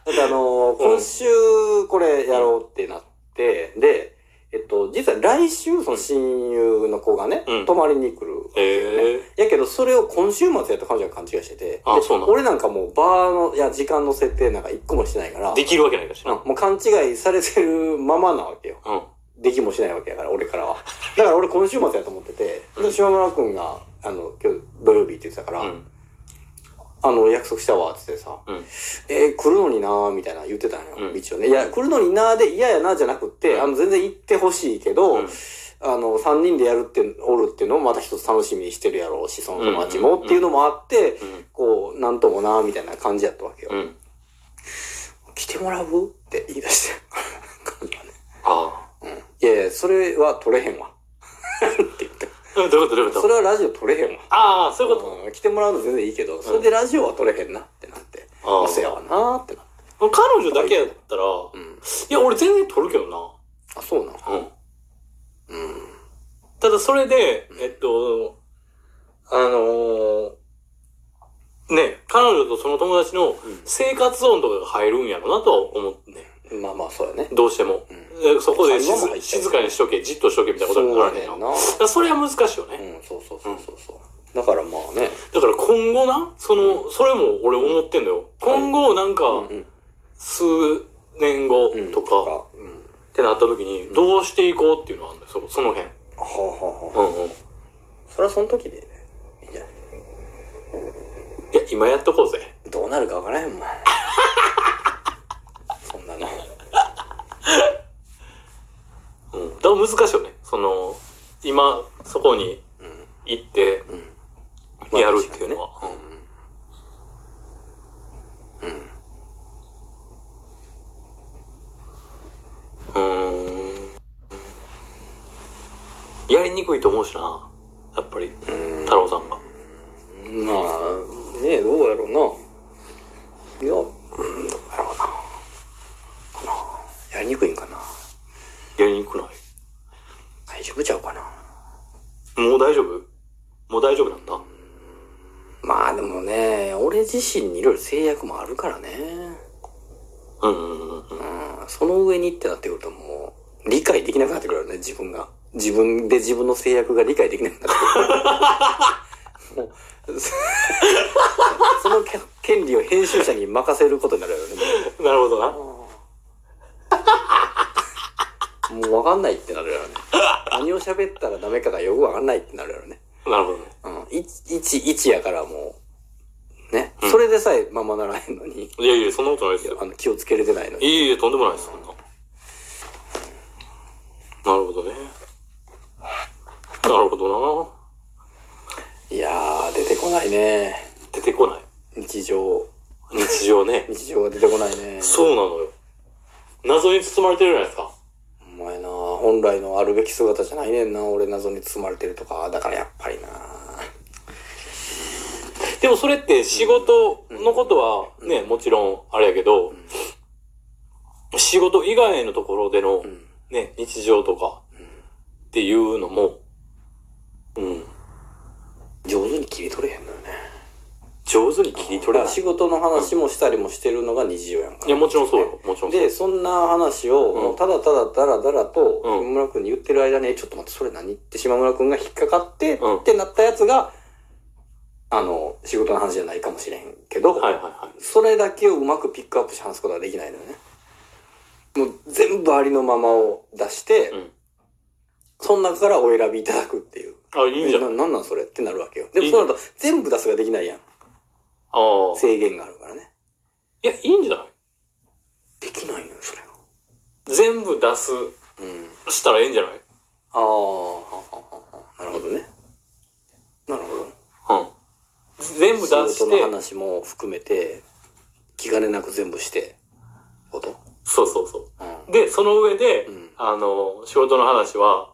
だって今週これやろうってなって、で、実は来週その親友の子がね、泊まりに来る、やけどそれを今週末やった彼女が勘違いしてて、俺なんかもう時間の設定なんか一個もしてないから。 できるわけないからしな。 もう勘違いされてるままなわけよ。できもしないわけやから、俺からは。だから俺今週末やと思ってて、で、島村くんが、今日土曜日って言ってたから、約束したわ、つってさ、来るのになーみたいな言ってたんよ、一応ね。いや、来るのになーで嫌やなじゃなくって、全然行ってほしいけど、3人でおるっていうのをまた一つ楽しみにしてるやろうし、その友達もっていうのもあって、こう、なんともなーみたいな感じやったわけよ。来てもらうって言い出して。いやいや、それは取れへんわ。って言って。 どういうことそれはラジオ撮れへんわ。 ああ、そういうこと、 来てもらうの全然いいけど、それでラジオは撮れへんなってなって。せやわなーってなって。 彼女だけやったら、いや、俺全然撮るけどな。 あ、そうなの？ ただそれで、ね、彼女とその友達の生活音とかが入るんやろなとは思ってね。 まあまあ、そうやね。 どうしても。そこで静かにしとけ、じっとしとけみたいなことにならへんな。それは難しいよね。 そう。だからまあね。 だから今後な、それも俺思ってんだよ。今後なんか、数年後とか、ってなった時に、どうしていこうっていうのはあるんだよ、その辺。 それはその時でね。いいんじゃない？ いや、今やっとこうぜ。 どうなるかわからへんもん。そんなの。 だから難しいよね。今、そこに行って、やるっていうのは。やりにくいと思うしな。やっぱり、太郎さんが。 まあ、ねえ、どうやろうな。いや、どうやろうな。やりにくいんかな。 やりにくくない？ 大丈夫ちゃうかな。 もう大丈夫なんだ。 まあでもね、俺自身にいろいろ制約もあるからね。その上にってなってくるともう、理解できなくなってくるよね、自分が。自分で自分の制約が理解できなくなってくる。もう、その権利を編集者に任せることになるよね。 なるほどな。 もうわかんないってなるよね。何を喋ったらダメかがよくわかんないってなるよね。 なるほどね。 一やからもう、ね。それでさえままならへんのに。 いやいや、そんなことないですよ。 気をつけれてないのに。 いやとんでもないです、そんな。なるほどね。なるほどな。 いやー、出てこないね。 出てこない。 日常ね。 日常が出てこないね。 そうなのよ。謎に包まれてるじゃないですか。 お前な、本来のあるべき姿じゃないねんな。俺謎に包まれてるとか。だからやっぱりな。 でもそれって仕事のことはね、もちろんあれやけど、仕事以外のところでのね、日常とかっていうのも、 上手に切り取れへんのよね。 上手に切り取れない。 仕事の話もしたりもしてるのが日常やんか。 いや、もちろんそうよ。もちろんそう。 で、そんな話を、もうただただダラダラと、島村くんに言ってる間に、ちょっと待って、それ何って島村くんが引っかかって、ってなったやつが、仕事の話じゃないかもしれへんけど、それだけをうまくピックアップして話すことはできないのよね。もう全部ありのままを出して、その中からお選びいただくっていう。 あ、いいんじゃん。 なんなんそれってなるわけよ。でもそうなると全部出すができないやん。制限があるからね。 いや、いいんじゃない？ できないのよ、それが。 全部出す、したらいいんじゃない？ なるほどね。なるほど。 全部出して。 仕事の話も含めて、気兼ねなく全部して、こと？ そう。で、その上で、仕事の話は、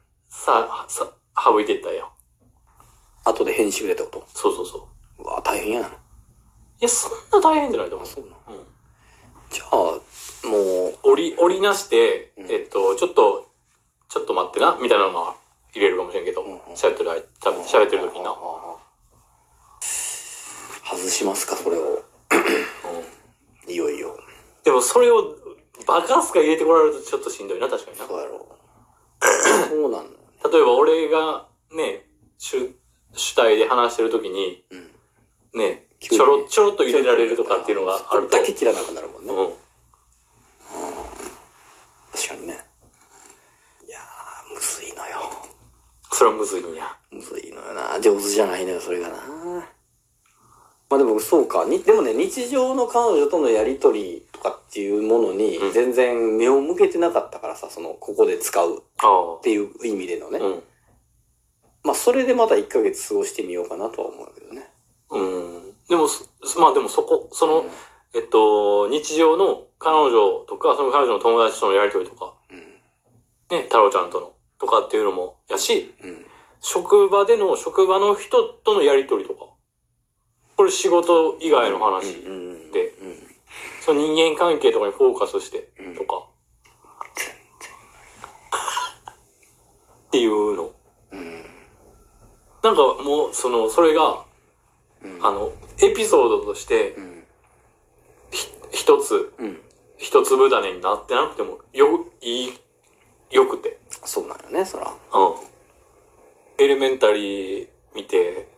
省いていったらよ。 後で編集でってこと？ そう。 うわ、大変やな。いや、そんな大変じゃないと思う。 そうな。じゃあ、もう。 折りなして、ちょっと待ってな、みたいなのが入れるかもしれんけど、喋ってる時にな。 外しますか、それを。いよいよ。 もそれをバカスカ入れてこられるとちょっとしんどいな、確かにな。 そうやろ。そうなんだよね。 例えば俺がね、主体で話してるときに、ね、ちょろっと入れられるとかっていうのがあると。 だけ切らなくなるもんね。確かにね。いやー、むずいのよ。 それはむずいんや。 むずいのよな。上手じゃないのよ、それがな。まあでもそうか。でもね、日常の彼女とのやりとりとかっていうものに全然目を向けてなかったからさ、ここで使うっていう意味でのね。まあそれでまた1ヶ月過ごしてみようかなとは思うけどね。 でも、まあでも日常の彼女とか、その彼女の友達とのやりとりとか、ね、太郎ちゃんとの、とかっていうのもやし、職場の人とのやりとりとか、これ仕事以外の話で、その人間関係とかにフォーカスしてとか、っていうの。なんかもう、それが、エピソードとして、一粒種になってなくても、よくて。 そうなんよね、そら。 エレメンタリー見て、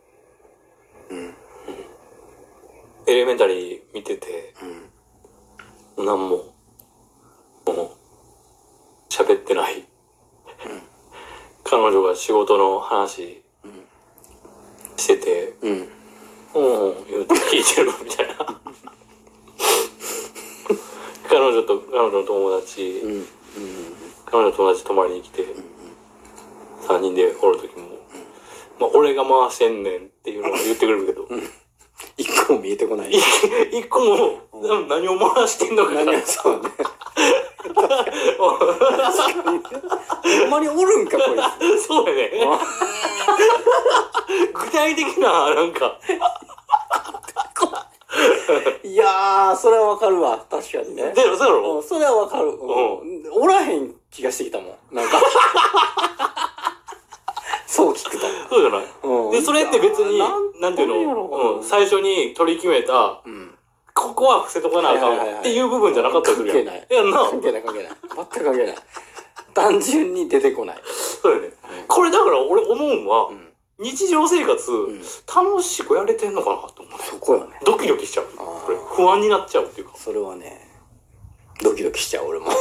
エレメンタリー見てて、なんも、もう、喋ってない。彼女が仕事の話してて、言って聞いてるみたいな。彼女の友達、彼女の友達泊まりに来て、3人でおるときも、まあ、俺が回してんねんっていうのを言ってくれるけど、 一個も見えてこない。 一個も、何を回してんのかな。 そうね。ほんまにおるんか、こいつ。 そうやね。具体的な、なんか。 いやー、それはわかるわ。確かにね。 そうやろそれはわかる。おらへん気がしてきたもん。なんか。そう聞くと。 そうじゃないで、それって別に、なんていうの、最初に取り決めた、ここは伏せとかなあかんっていう部分じゃなかったりするやん。 関係ない。関係ない。全く関係ない。単純に出てこない。 そうよね。これだから俺思うんは、日常生活、楽しくやれてんのかなと思う。 そこよね。 ドキドキしちゃう。これ不安になっちゃうっていうか。 それはね、ドキドキしちゃう、俺も。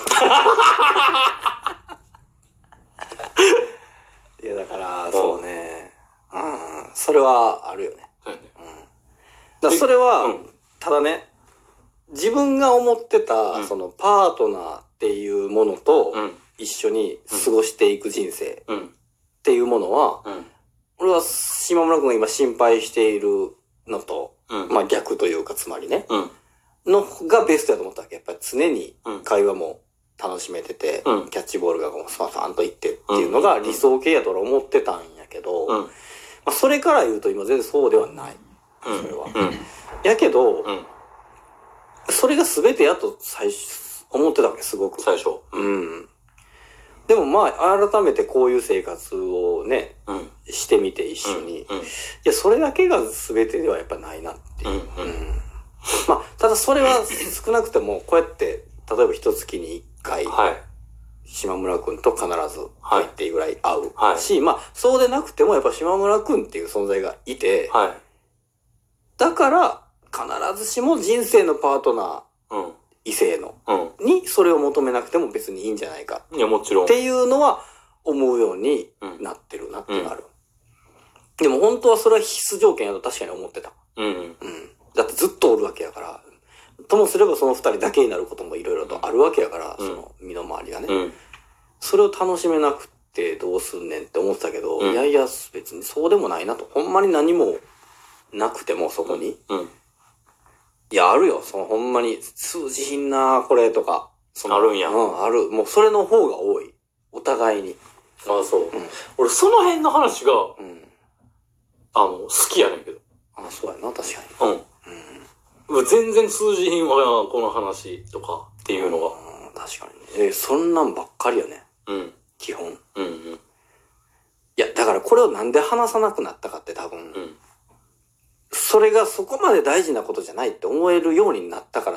いや、だから、そうね。それはあるよね。だそれは、ただね、自分が思ってた、そのパートナーっていうものと、一緒に過ごしていく人生っていうものは、俺は島村くんが今心配しているのと、まあ逆というかつまりね、のがベストだと思ったわけ。やっぱり常に会話も楽しめてて、キャッチボールがスパンといってっていうのが理想形やと俺は思ってたんやけど、まあそれから言うと今全然そうではない。それは。やけど、それが全てやと最初思ってたわけ、すごく。 最初。 でもまあ、改めてこういう生活をね、してみて一緒に。いや、それだけが全てではやっぱないなっていう。まあ、ただそれは少なくても、こうやって、例えば一月に一回、島村くんと必ず会っていうぐらい会うし、まあ、そうでなくてもやっぱ島村くんっていう存在がいて、だから、必ずしも人生のパートナー、異性の、にそれを求めなくても別にいいんじゃないか。 いや、もちろん。 っていうのは思うようになってるなってなる。でも本当はそれは必須条件やと確かに思ってた。だってずっとおるわけやから。ともすればその二人だけになることもいろいろとあるわけやから、その身の回りがね。それを楽しめなくてどうすんねんって思ってたけど、いやいや別にそうでもないなと。ほんまに何もなくてもそこに。いや、あるよ。ほんまに、通じひんなこれとか。 あるんや。 ある。もう、それの方が多い。お互いに。 ああ、そう。俺、その辺の話が、好きやねんけど。 ああ、そうやな、確かに。全然通じひんわな、この話とかっていうのが。 確かに。そんなんばっかりよね。基本。いや、だからこれをなんで話さなくなったかって多分、それがそこまで大事なことじゃないって思えるようになったからなのよ。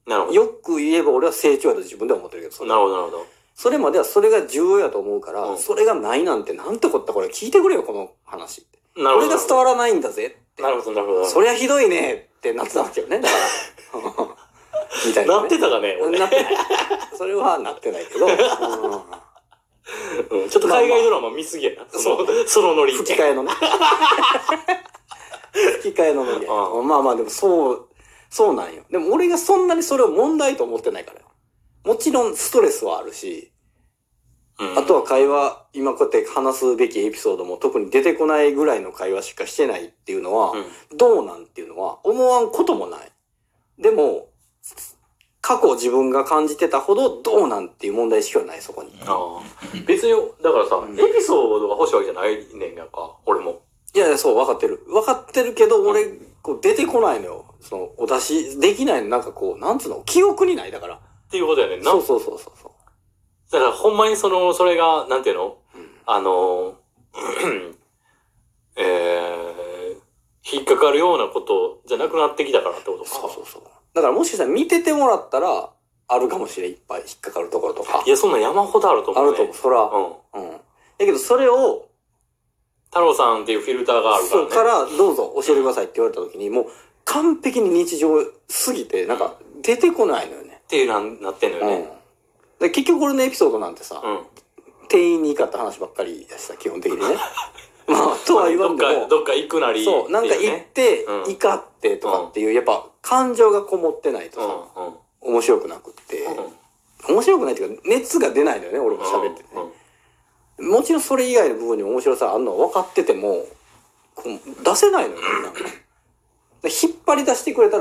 なるほど。 よく言えば俺は成長やと自分では思ってるけど、 なるほど、なるほど。 それまではそれが重要やと思うから、それがないなんてなんてこったこれ聞いてくれよ、この話。 なるほど。 これが伝わらないんだぜって。 なるほど、なるほど。 そりゃひどいねってなってたわけよね、だから。みたいな、 なってたかね、俺。 なってない。それはなってないけど。 ちょっと海外ドラマ見すぎやな。そのノリ。 吹き替えのね。吹き替えのノリ。まあまあでもそうなんよ。でも俺がそんなにそれを問題と思ってないからよ。もちろんストレスはあるし、あとは会話、今こうやって話すべきエピソードも特に出てこないぐらいの会話しかしてないっていうのは、どうなんていうのは思わんこともない。でも、過去自分が感じてたほどどうなんっていう問題意識はない、そこに。 別に、だからさ、エピソードが欲しいわけじゃないねんやんか、俺も。 いやいや、そう、分かってる。分かってるけど、俺、こう出てこないのよ。お出しできないの、なんかこう、なんつうの、記憶にないだから。 っていうことやねんな。 そう。 だからほんまにそれが、なんていうの、引っかかるようなことじゃなくなってきたからってことか。 そう。だからもしかしたら見ててもらったら、あるかもしれん、いっぱい引っかかるところとか。 いや、そんな山ほどあると思う、ね。 あると思う、そら。だけど、それを、 太郎さんっていうフィルターがあるからね。 そうから、どうぞ教えてくださいって言われた時に、もう、完璧に日常すぎて、なんか、出てこないのよね。 っていうなってんのよね。 で結局俺のエピソードなんてさ、店員に怒った話ばっかりでした、基本的にね。まあ、とは言わんでも。 どっか行くなり。 そう、なんか行って、怒ってとかっていう、やっぱ、感情がこもってないとさ、面白くなくって、面白くないっていうか、熱が出ないのよね、俺も喋っててね。もちろんそれ以外の部分に面白さあるのは分かってても、出せないのよね、なんか。引っ張り出してくれたら